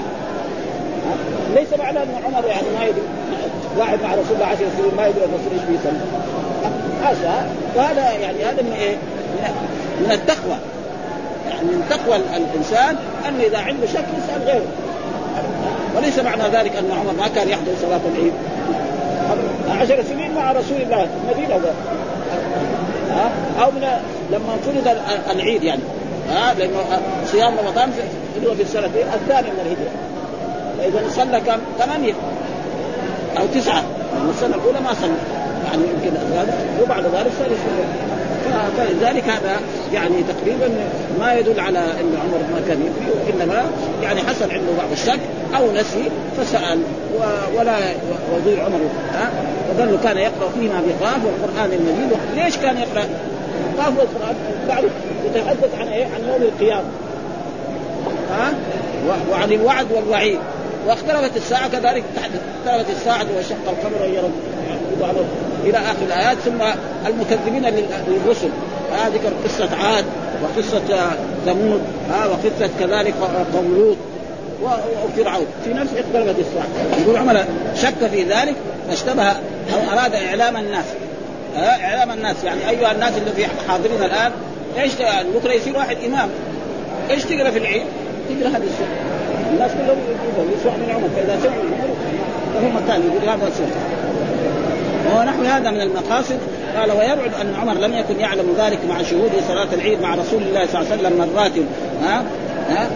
ليس معنى أن عمر يعني ما يدري واحد مع رسول الله عشر سنين ما يدري الرسول إيش بيسمى حاشا. وهذا يعني هذا من إيه؟ من التقوى. يعني من تقوى الإنسان أنه إذا عنده شك يسأل غيره. وليس معنى ذلك أن عمر ما كان يحضر صلاة العيد عشر سنين مع رسول الله المدينة ها أو من لما فرض العيد يعني ها لأنه صيام رمضان هو في السنة الثانية من الهجرة. فإذا صلى كم ثمانية أو تسعة من السنة الأولى ما صلى يعني يمكن هذا وبعد ذلك صار يصلي. فلذلك هذا يعني تقريبا ما يدل على أن عمر ما كان يدري إنما يعني حصل عنده بعض الشك أو نسي فسأل ولا وضيع عمر ها وظل كان يقرأ فيما بقاف والقرآن المجيد. ليش كان يقرأ قاف والقرآن؟ بعد يتحدث عن إيه؟ عن يوم القيامة ها وعن الوعد والوعيد. واقتربت الساعة كذلك اقتربت الساعة وشق القمر ويرى إلى آخر الآيات. ثم المكذبين للرسل ها ذكر قصة عاد وقصة ثمود ها وقصة كذلك قوم لوط وفرعون في نفس اقتربت الساعة. يقول عمر شك في ذلك فاشتبه أو أراد إعلام الناس ها إعلام الناس يعني أيها الناس اللي في حاضرين الآن إيش بكرة يصير واحد إمام إيش تقرأ في العيد؟ تقرأ هذه السورة. الناس كلهم يقولون يسوع من عمر فإذا سمعوا فهم كانوا يقولوا هذا السورة. ونحو هذا من المقاصد. قال ويبعد أن عمر لم يكن يعلم ذلك مع شهود صلاة العيد مع رسول الله صلى الله عليه وسلم مرات ها ها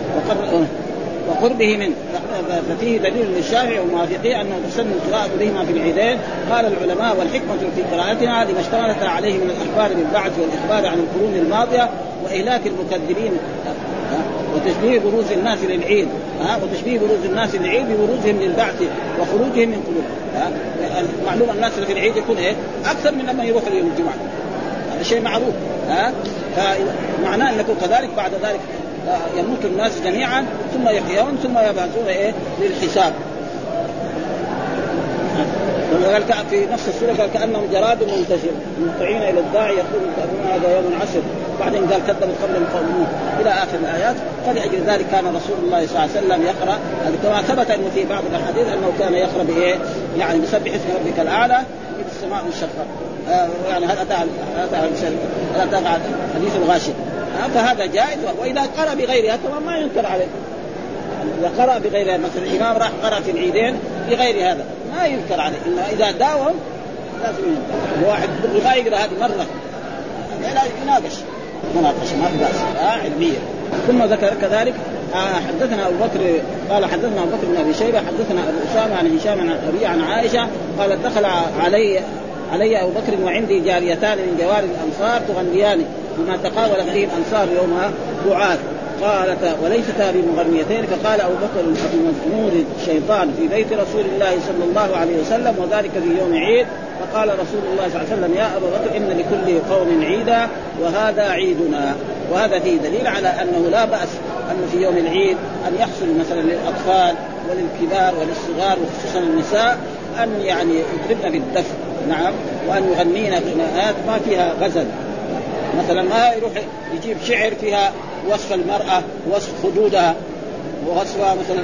وقربه منه. ففيه دليل للشافعي وموافقيه أنه تسن القراءة بهما في العيدين. قال العلماء والحكمة في قراءتها لما اشتملت عليه من الأخبار بالبعث والإخبار عن القرون الماضية وإهلاك المكذبين وتشبيه بروز الناس للعيد ها وتشبيه بروز الناس للعيد ببروزهم للبعث وخروجهم من قلوبهم. معلوم الناس في العيد يكون ايه اكثر من لما يروح يوم الجمعه. هذا شيء معروف ها. فمعناه انكم كذلك بعد ذلك يموت الناس جميعا ثم يحيون ثم يبعثون ايه للحساب. وقال في نفس السورة قال كأنهم جراد منتشر مهطعين إلى الداعي يقول هذا يوم عسر. بعدين قال كذبوا قبل قومه إلى آخر الآيات. فلأجل ذلك كان رسول الله صلى الله عليه وسلم يقرأ كما ثبت أنه في بعض الأحاديث أنه كان يقرأ بإيه يعني بسبح اسم ربك الأعلى في السماء انشقت آه يعني هذا أتى هذا أتى حديث الغاشية آه فهذا جائز. وإذا قرأ بغيرها طبعا ما ينكر عليه. إذا قرأ بغيرها مثلا الإمام راح قرأ في العيدين بغير هذا ما ينكر عليه. إنما إذا داوم لازم ينكر. واحد ما يقرأ هذه مرة لا يناقش مناقشة ما في بأس آه علمية. ثم ذكر كذلك آه حدثنا أبو بكر قال حدثنا أبو بكر بن أبي شيبة حدثنا أبو أسامة عن هشام عن أبي عن عائشة قالت دخل علي علي أبو بكر وعندي جاريتان من جوار الأنصار تغنيان بما تقاولت به الأنصار يوم بعاث. قالت وليستا بمغنيتين. فقال أبو بكر بمزمور الشيطان في بيت رسول الله صلى الله عليه وسلم وذلك في يوم عيد. فقال رسول الله صلى الله عليه وسلم يا أبا بكر إن لكل قوم عيدا وهذا عيدنا. وهذا فيه دليل على أنه لا بأس أن في يوم العيد أن يحصل مثلا للأطفال وللكبار وللصغار وخصوصا النساء أن يعني يضربن بالدف نعم وأن يغنين غناءات ما فيها غزل مثلا ما يروح يجيب شعر فيها وصف المرأة وصف خدودها ووصفها مثلا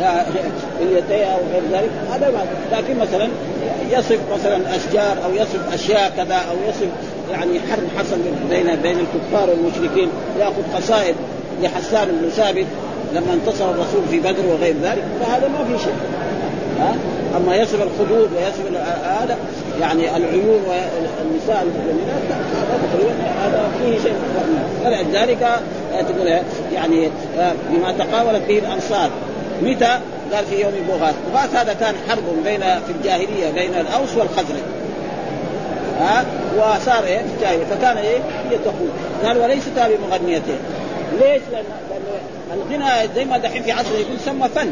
اليتيها وغير ذلك هذا ما. لكن مثلا يصف مثلا أشجار أو يصف أشياء كذا أو يصف يعني حرب حصل بين بين الكفار والمشركين يأخذ قصائد لحسان بن ثابت لما انتصر الرسول في بدر وغير ذلك فهذا ما في شيء ها. أما يصف الخدود ويصف هذا يعني العيون والنساء الجميلات هذا تقريبا هذا فيه شيء. فلذلك تقول يعني بما تقاولت به الأنصار. متى؟ قال في يوم بوغاث. بوغاث هذا كان حرب بين في الجاهلية بين الأوس والخزرج ها وصار ايه في الجاهلية فكان ايه يتقول. قال وليستا بمغنيتين. ليش؟ لأن الغناء زي ما دحين في عصر يقول سمى فن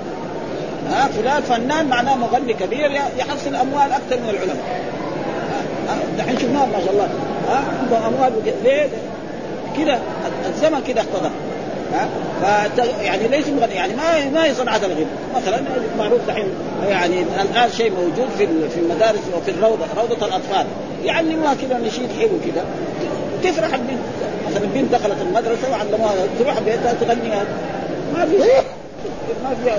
ها فلان فنان معناه مغني كبير يحصل أموال أكثر من العلماء. دحين شفناه ما شاء الله ها عنده أموال ليه كده الزمن كده اقتضى ها ف يعني ليس مغني يعني ما ما هي صنعة الغنى. مثلا معروف دحين يعني الآن شيء موجود في في المدارس وفي الروضة روضة الأطفال يعني ما كذا نشيد حلو كذا تفرح البنت. مثلا البنت دخلت المدرسة وعلموها تروح بيتها تغني ما في شيء ما فيها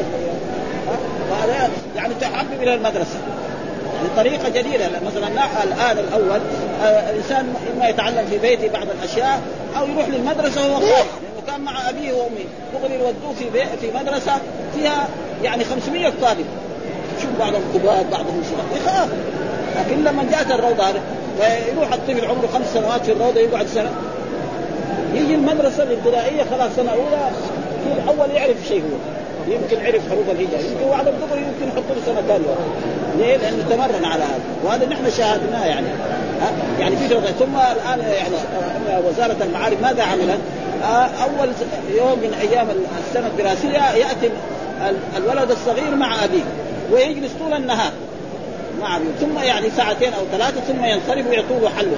وهذا يعني تحبب إلى المدرسة بطريقة جديدة. مثلا الآن الأول الإنسان إما يتعلم في بيته بعض الأشياء أو يروح للمدرسة وهو خايف لأنه كان مع أبيه وأمه دغري يودوه في في مدرسة فيها يعني خمسمية طالب شوف بعضهم كبار بعضهم صغار يخاف. لكن لما جاءت الروضة ويروح الطفل عمره خمس سنوات في الروضة يقعد سنة يجي المدرسة الابتدائية خلاص سنة أولى في الأول يعرف شيء هو يمكن عرف حروف الهجاء يمكن واحد الدغري يمكن يحط له سنة ثانية. ليه؟ لأنه تمرن على هذا وهذا نحن شاهدناه يعني ها يعني في جرد. ثم الآن يعني وزارة المعارف ماذا عملت؟ أول يوم من أيام السنة الدراسية يأتي الولد الصغير مع أبيه ويجلس طول النهار مع أبيه ثم يعني ساعتين أو ثلاثة ثم ينصرف ويعطوا له حلوة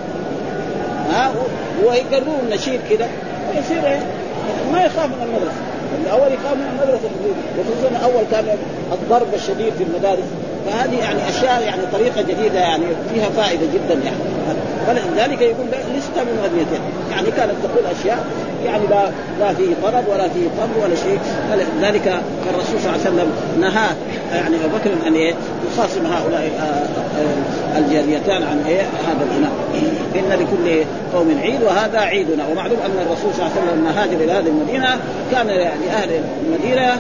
ها ويقرروا النشيد كده ويصير ما يخاف من المدرسة. الأول يخاف من المدرسة وخصوصا أول كان الضرب الشديد في المدارس. فهذه يعني أشياء يعني طريقة جديدة يعني فيها فائدة جدا يعني. فلذلك يقول لست من غنيتين يعني كانت تقول أشياء يعني لا لا فيه طرب ولا فيه طرب ولا شيء. فلذلك الرسول صلى الله عليه وسلم نهى يعني أبو بكر أن يخاصم هؤلاء الجاريتان عن إيه هذا الغناء. إن لكل قوم عيد وهذا عيدنا. ومعلوم أن الرسول صلى الله عليه وسلم لما هاجر إلى هذه المدينة كان يعني أهل المدينة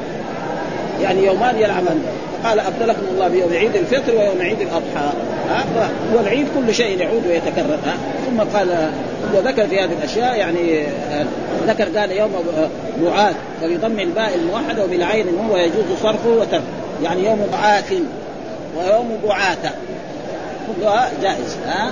يعني يومان يلعبان قال أبدلكم الله بيوم عيد الفطر ويوم عيد الأضحى. والعيد كل شيء يعود ويتكرر. ثم قال وذكر في هذه الأشياء يعني ذكر قال يوم بعاث وبضم الباء الموحدة وبالعين هو يجوز صرفه وترك يعني يوم بعاث ويوم بعاثة كلها جائز ها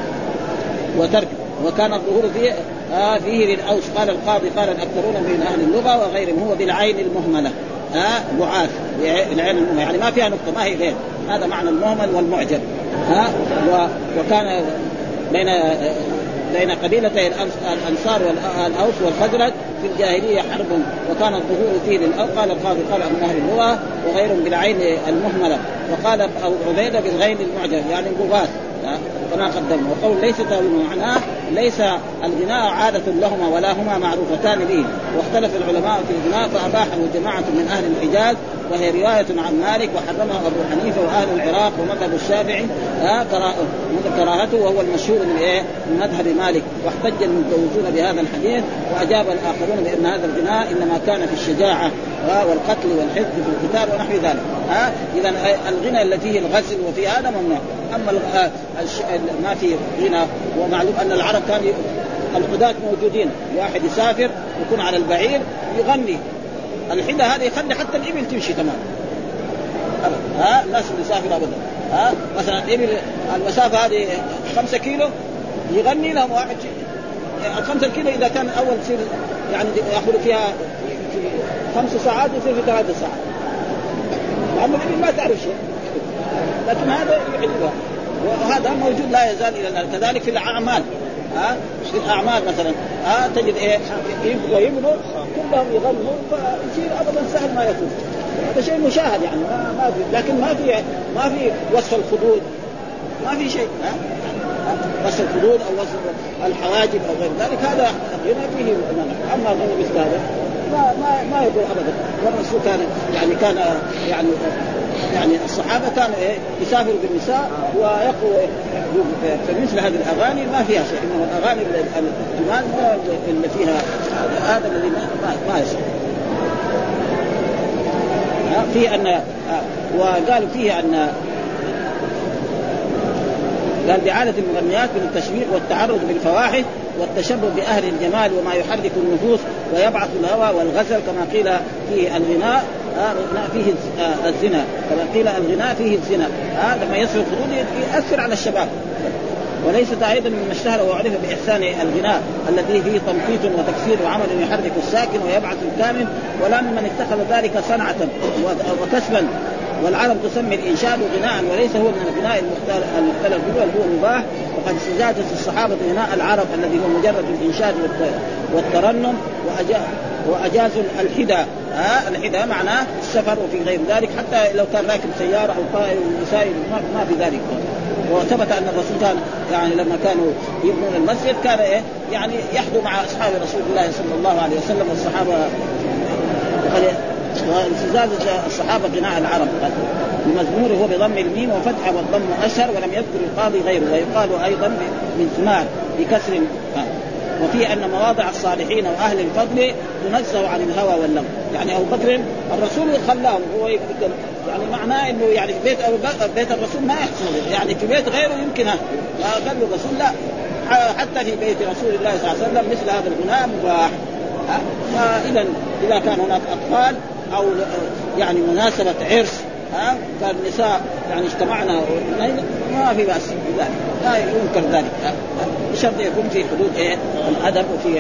وترك. وكان الظهور فيه آه فيه للأوس. قال القاضي قال الأكثرون من أهل اللغة وغيرهم هو بالعين المهملة ها بعاث بالعين المهملة يعني ما فيها نقطة ما هي غير. هذا معنى المهمل والمعجم ها. وكان بين بين قبيلتي الأنصار والأوس والخزرج في الجاهلية حرب وكان الظهور فيه للأوس. قال القاضي قال من أهل اللغة وغيرهم بالعين المهملة. وقال أبو عبيدة بالغين المعجم يعني بغاث كما قدمنا. وقول ليس تاويل معناه ليس الغناء عادة لهما ولا هما معروفتان به. واختلف العلماء في الغناء فأباحه جماعة من أهل الحجاز وهي رواية عن مالك وحرمها أبو حنيفة وأهل العراق ومذهب الشافعي كراهته وهو المشهور من إيه من مذهب مالك. واحتج المتوجون بهذا الحديث وأجاب الآخرون بأن هذا الغناء إنما كان في الشجاعة والقتل والحث في القتال ونحو ذلك. ها إذا الغنى التي هي الغزل وفي هذا ممنوع. أما ما في غنى ومعلوم أن العرب كان القداة موجودين واحد يسافر يكون على البعير يغني الحدة هذه يخلي حتى الإبل تمشي تمام. ها الناس اللي يسافر أبدا ها مثلا الإبل المسافة هذه خمسة كيلو يغني لهم واحد الخمسة كيلو إذا كان أول تصير يعني يأخذ فيها في خمس ساعات يصير في ثلاث ساعات. أما الإبل ما تعرف شيء لكن هذا يعجبها. وهذا موجود لا يزال إلى الآن. كذلك في الأعمال ها في الأعمال مثلا ها تجد إيه يبغوا يبنوا كلهم يغنوا فيصير أبدا سهل ما يكون. هذا شيء مشاهد يعني ما, ما في. لكن ما في ما في وصف الخدود ما في شيء ها وصف الخدود أو وصف الحواجب أو غير ذلك هذا هنا فيه. أما غنى مثل هذا ما ما ما يقول أبدا. والرسول كان يعني كان يعني يعني الصحابة كانوا إيه يسافروا بالنساء ويقوا في مثل هذه الأغاني ما فيها شيء. إنما الأغاني الجمال اللي فيها هذا الذي ما ما يصير. في أن وقالوا فيه أن قال بإعادة المغنيات من التشويق والتعرض بالفواحش والتشبه بأهل الجمال وما يحرك النفوس ويبعث الهوى والغزل كما قيل فيه الغناء فيه الزنا كما قيل الغناء فيه الزنا. هذا ما يصل الخدود يأثر على الشباب. وليست أيضا مما اشتهر وعرف بإحسان الغناء الذي فيه تنطيط وتكسير وعمل يحرك الساكن ويبعث الكامل ولا ممن اتخذ ذلك صنعة وكسبا والعرب تسمي الإنشاد غناء وليس هو من الغناء المختلف به بل هو مباح. وقد استجازت الصحابة غناء العرب الذي هو مجرد الإنشاد والترنم وأجازوا الحدى. ها الحدى معناه السفر وفي غير ذلك، حتى لو كان راكب سيارة أو طائر وسائل ما في ذلك. وثبت أن الرسول كان يعني لما كانوا يبنون المسجد كان إيه يعني يحدو مع أصحاب رسول الله صلى الله عليه وسلم والصحابة. واستزاد الصحابة غناء العرب بمزموره هو بضم الميم وفتحه والضم أشهر ولم يذكر القاضي غيره. ويقال أيضا من ثمار بكسر. وفي أن مواضع الصالحين وأهل الفضل تنزه عن الهوى واللغو. يعني أبو بكر الرسول خلاهم هو يعني معناه إنه يعني في بيت أبو بكر بيت الرسول ما يحصل، يعني في بيت غيره يمكن قال الرسول لا، حتى في بيت رسول الله صلى الله عليه وسلم مثل هذا الغناء مباح. فإذا إذا كان هناك أطفال أو يعني مناسبة عرس ها كان النساء يعني اجتمعنا ما في بأس ذلك، لا ينكر ذلك بشرط يكون في حدود إيه الأدب. وفي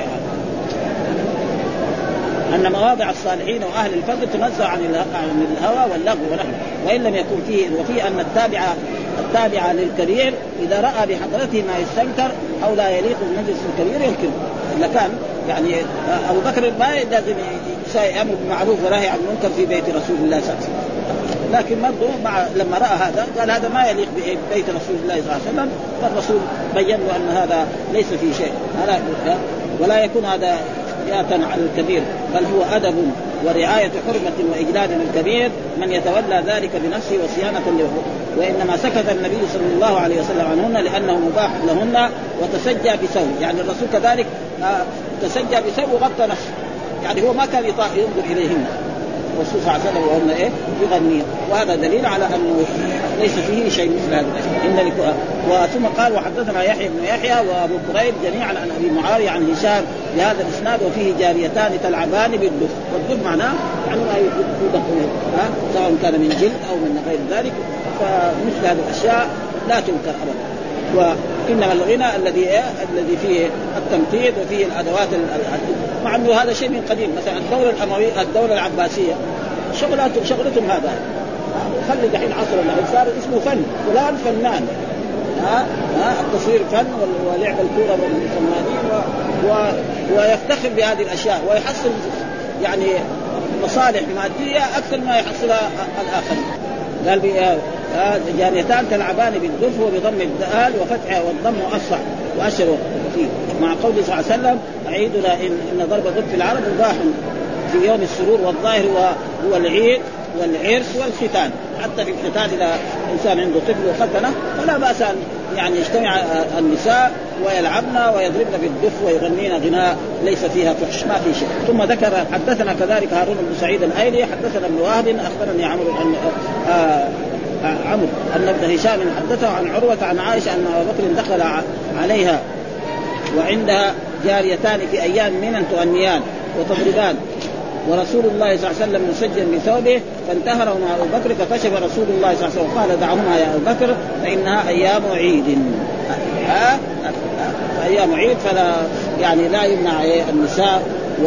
أن مواضع الصالحين وأهل الفضل تنزه عن الهوى واللغو ونحو. وإن لم يكن فيه وفي أن التابع التابع للكبير إذا رأى بحضرته ما يستنكر أو لا يليق بمجلس الكبير ينكر. إذا كان يعني أبو بكر ما لازم يأمر بالمعروف ونهي عن المنكر في بيت رسول الله صلى الله عليه وسلم، لكن برضه مع لما رأى هذا قال هذا ما يليق ببيت رسول الله صلى الله عليه وسلم، فالرسول بين له أن هذا ليس فيه شيء. ولا يكون هذا احتياطا على الكبير بل هو أدب ورعاية حرمة وإجلال للكبير من يتولى ذلك بنفسه وصيانة له. وإنما سكت النبي صلى الله عليه وسلم عنهن لأنه مباح لهن وتسجى بثوب. يعني الرسول كذلك تسجى بثوب وغطى نفسه، يعني هو ما كان ينظر إليهن الرسول صلى الله عليه وسلم وهن إيه يغنين. وهذا دليل على أنه ليس فيه شيء مثل هذا. وثم قال وحدثنا يحيى بن يحيى وأبو كريب جميعا عن أبي معاوية عن هشام بهذا الإسناد وفيه جاريتان تلعبان بالدف. والدف معناه يعني ما يدخل ها سواء كان من جلد أو من غير ذلك. فمثل هذه الأشياء لا تنكر أبدا. وإنما الغنى الذي إيه الذي فيه التمثيل وفيه الأدوات مع أنه هذا شيء من قديم. مثلا الدولة الأموية الدولة العباسية شغلتهم شغلتهم هذا. خلي دحين عصرنا صار اسمه فن فلان فنان. ها ها التصوير فن ولعب الكورة والفنانين و... و... ويفتخر بهذه الأشياء ويحصل يعني مصالح مادية أكثر ما يحصلها الآخرين. قال بي جاريتان تلعبان بالدف وبضم الدال وفتحها والضم أصح وأشر فيه مع قوله صلى الله عليه وسلم عيدنا إن, إن ضرب دف العرب مباح في يوم السرور والظاهر هو العيد والعرس والختان. حتى في الختان إذا إنسان عنده طفل وختنه فلا بأس أن يعني يجتمع النساء ويلعبن ويضربن بالدف ويغنين غناء ليس فيها فحش ما في شيء. ثم ذكر حدثنا كذلك هارون بن سعيد الأيلي حدثنا ابن وهب أخبرني عمرو أن آه عمرو أن ابن هشام حدثه عن عروة عن عائشة أن أبا بكر دخل عليها وعندها جاريتان في أيام منى تغنيان وتضربان ورسول الله صلى الله عليه وسلم مسجل بثوبه فانتهروا مع أبو بكر فكشف رسول الله صلى الله عليه وسلم قال دعهما يا أبو بكر فإنها أيام عيد. ها أيام عيد فلا يعني لا يمنع النساء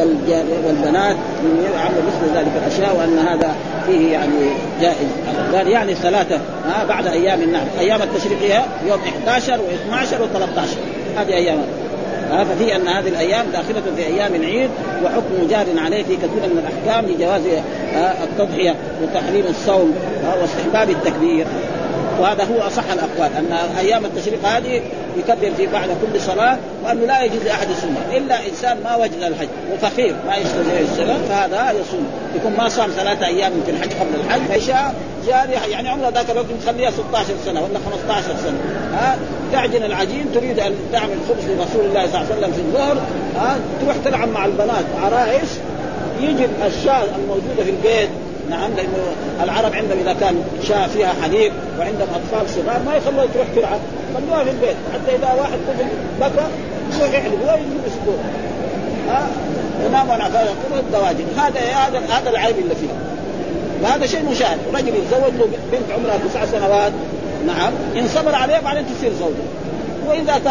والبنات من يعملوا مثل ذلك الأشياء وأن هذا فيه يعني جائز. قال يعني ثلاثة ها بعد أيام النحر أيام التشريقية يوم إحدى عشر واثني عشر وثلاثة عشر هذه أيام. ففي أن هذه الأيام داخلة في أيام العيد وحكم جار عليه في كثير من الأحكام لجواز التضحية وتحريم الصوم واستحباب التكبير. وهذا هو أصح الأقوال أن أيام التشريق هذه يكبر في بعد كل صلاة وأنه لا يجوز أحد يصوم إلا إنسان ما وجد الحج وفقير ما يستطيع الصلاة فهذا يصوم يكون ما صام ثلاثة أيام في الحج قبل الحج فإشاء جاري يعني عمره ذاك الوقت مخليها ستة عشر سنة ولا خمسة عشر سنة. ها تعجن العجين تريد أن تعمل خبز لرسول الله صلى الله عليه وسلم في الظهر ها تروح تلعب مع البنات عرائس يجي الشاة الموجودة في البيت. نعم لأنه العرب عندهم إذا كان شاة فيها حليب وعندهم أطفال صغار ما يخلوها تروح تلعب خلوها في البيت حتى إذا واحد طفل بكى يروح يحلب ولا يجيب السكور ها تمام وأنا فاهم الدواجن. هذا هذا هذا العيب اللي فيه وهذا شيء مشاهد. رجل يتزوج له بنت عمرها تسع سنوات نعم إن صبر عليه بعدين تصير زوجة وإذا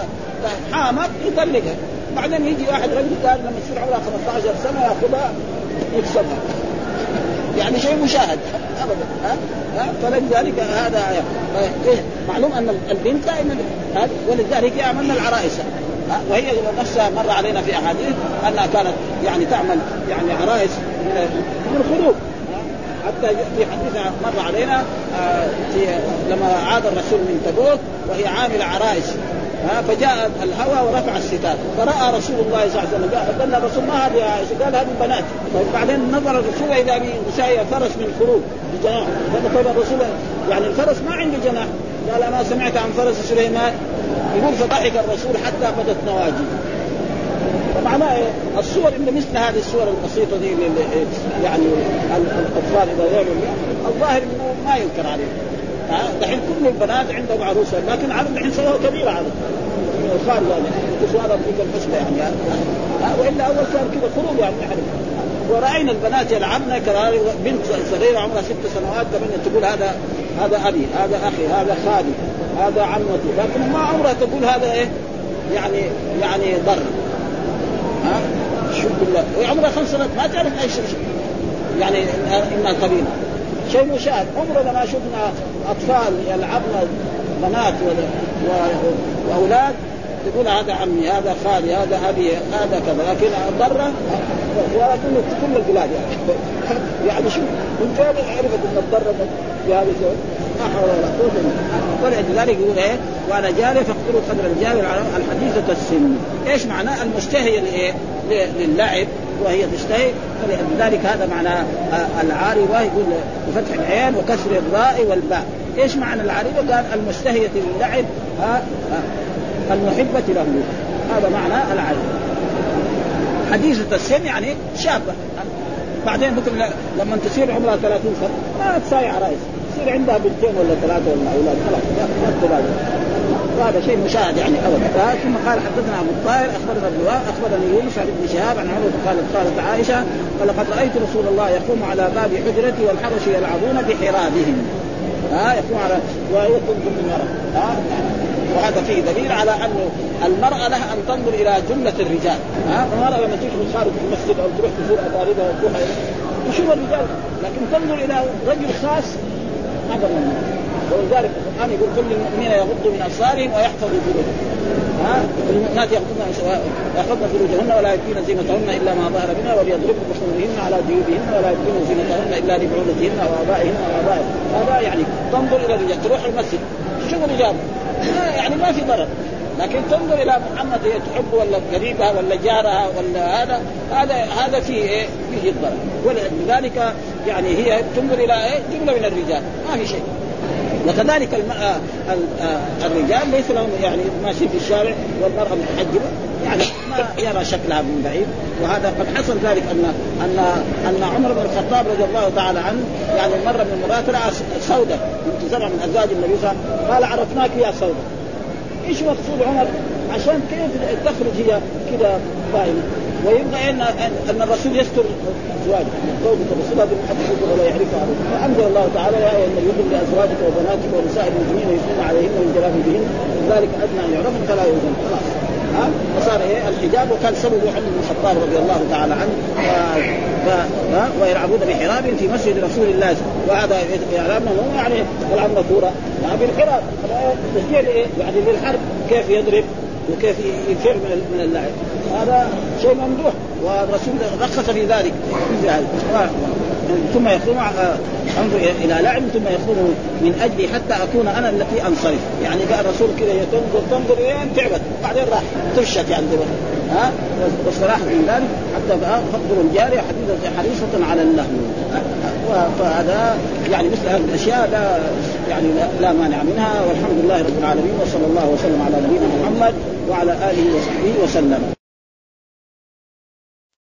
تحامت يطلقها بعدين يجي واحد رجل ثاني لما يصير عمرها خمسة عشر سنة يأخذها يكسبها يعني شيء مشاهد ابدا. ها ها فلذلك هذا معلوم ان البنت دائما، ولذلك يعملن العرائس، وهي نفسها مر علينا في احاديث انها كانت يعني تعمل يعني عرائس من الخروج. حتى في حديث مر علينا لما عاد الرسول من تبوك وهي عامله عرائس، فجاء الهوى ورفع الستار، فراى رسول الله صلى الله عليه وسلم قال الرسول ما هذه عائشه، قال هذه بنات. وبعدين نظر الرسول اذا بنساء فرس من خروج بجناح، فقال الرسول يعني الفرس ما عنده جناح، قال انا سمعت عن فرس سليمان، يقول فضحك الرسول حتى بدت نواجذ. فمعناه الصور ان مثل هذه الصور البسيطه دي يعني الاطفال اذا يعملوا الظاهر انه ما ينكر عليه. دحين كل البنات عندهم عروسه، لكن عرض دحين سووها كبيره عرض الخارج يعني تسوى فيك الحسنى يعني. والا اول صار كذا خروج يعني نحن ورأينا البنات يلعبن كذلك. بنت صغيره عمرها ست سنوات كمان تقول هذا هذا ابي، هذا اخي، هذا خالي، هذا عمتي، لكن ما عمرها تقول هذا ايه يعني يعني ضر. ها شوف بالله وعمرها خمس سنوات ما تعرف اي شيء يعني انها قبيله شيء مشاهد. عمرنا ما شفنا اطفال يلعبن بنات واولاد تقول هذا عمي، هذا خالي، هذا ابي، هذا كذا، لكن الضره ويقول في كل البلاد يعني يعني شوف من جاب عرفت ان الضره في هذه الشيء ما حول ولا قوه الا بالله. ولذلك يقول ايه وانا جاري فاقتلوا قدر الجاري الحديثه السن. ايش معناه؟ المشتهيه لايه؟ للعب وهي تشتهي، فلذلك هذا معناه العاري. ويقول بفتح العين وكسر الراء والباء. ايش معنى العاري؟ قال المشتهيه للعب المحبه له، هذا معنى العاري. حديثة السن يعني شابة، بعدين ممكن لما تصير عمرها ثلاثين سنة ما تصايع رئيس، يصير عندها بنتين ولا ثلاثة ولا أولاد خلاص ما تبالغ. وهذا شيء مشاهد يعني أبدا. ثم قال حدثنا أبو الطاهر أخبرنا ابن وهب أخبرني يونس عن ابن شهاب عن عروة قالت قالت عائشة ولقد رأيت رسول الله يقوم على باب حجرتي والحرش يلعبون بحرابهم. ها يقوم على وهي تنظر المرأة. ها وهذا فيه دليل على أن المرأة لها أن تنظر إلى جملة الرجال. ها المرأة لما تدخل خارج المسجد أو تروح تزور أقاربها وتروح تشوف الرجال، لكن تنظر إلى رجل خاص هذا من. ولذلك القرآن يقول كل المؤمنين يغضوا من أبصارهم ويحفظوا فروجهم. ها المؤمنات يحفظن فروجهن ولا يبدين زينتهن إلا ما ظهر منها وليضربن بخمرهن على جيوبهن ولا يبدين زينتهن إلا لبعولتهن وآبائهن وآبائهن. هذا يعني تنظر إلى الرجال، تروح المسجد تشوف الرجال يعني ما في ضرر، لكن تنظر إلى محمد هي تحبه ولا قريبها ولا جارها ولا هذا هذا هذا فيه إيه فيه الضرر. ولذلك يعني هي تنظر إلى إيه جملة من الرجال ما في شيء. وكذلك الرجال ليس لهم يعني ماشي في الشارع والمرأة متحجبة يعني ما يرى شكلها من بعيد. وهذا قد حصل ذلك أن أن أن عمر بن الخطاب رضي الله تعالى عنه يعني مرة من المرات رأى سودة بنت زرع من أزواج النبي صلى الله عليه وسلم قال عرفناك يا سودة. إيش مقصود عمر؟ عشان كيف تخرج هي كذا قائمة ويبغى أن أن الرسول يستر أزواجه زوجة الرسول هذا محدث ولا يعرفها. فأنزل الله تعالى يا أيها النبي قل لأزواجك وبناتك ونساء المؤمنين يثنين عليهن من جلابيبهن ذلك أدنى أن يعرفن فلا يؤذن. خلاص ها فصار إيه الحجاب وكان سببه عمر بن الخطاب رضي الله تعالى عنه ف ويلعبون بحراب في مسجد رسول الله. وهذا يعلمنا هو يعني يلعب مكورة بالحراب تسجيل إيه يعني للحرب كيف يضرب وكيف يفر من اللعب. هذا شيء ممدوح والرسول رخص في ذلك. ثم يخرج انظر الى لعب ثم يخرج من اجلي حتى اكون انا التي انصرف. يعني قال الرسول كذا تنظر تنظر الين تعبت بعدين راح تفشت يعني ها والصراحه من ذلك حتى بقى فضل الجاريه حديثه حريصه على اللهو. فهذا يعني مثل هذه الاشياء لا يعني لا مانع منها. والحمد لله رب العالمين وصلى الله وسلم على نبينا محمد وعلى اله وصحبه وسلم.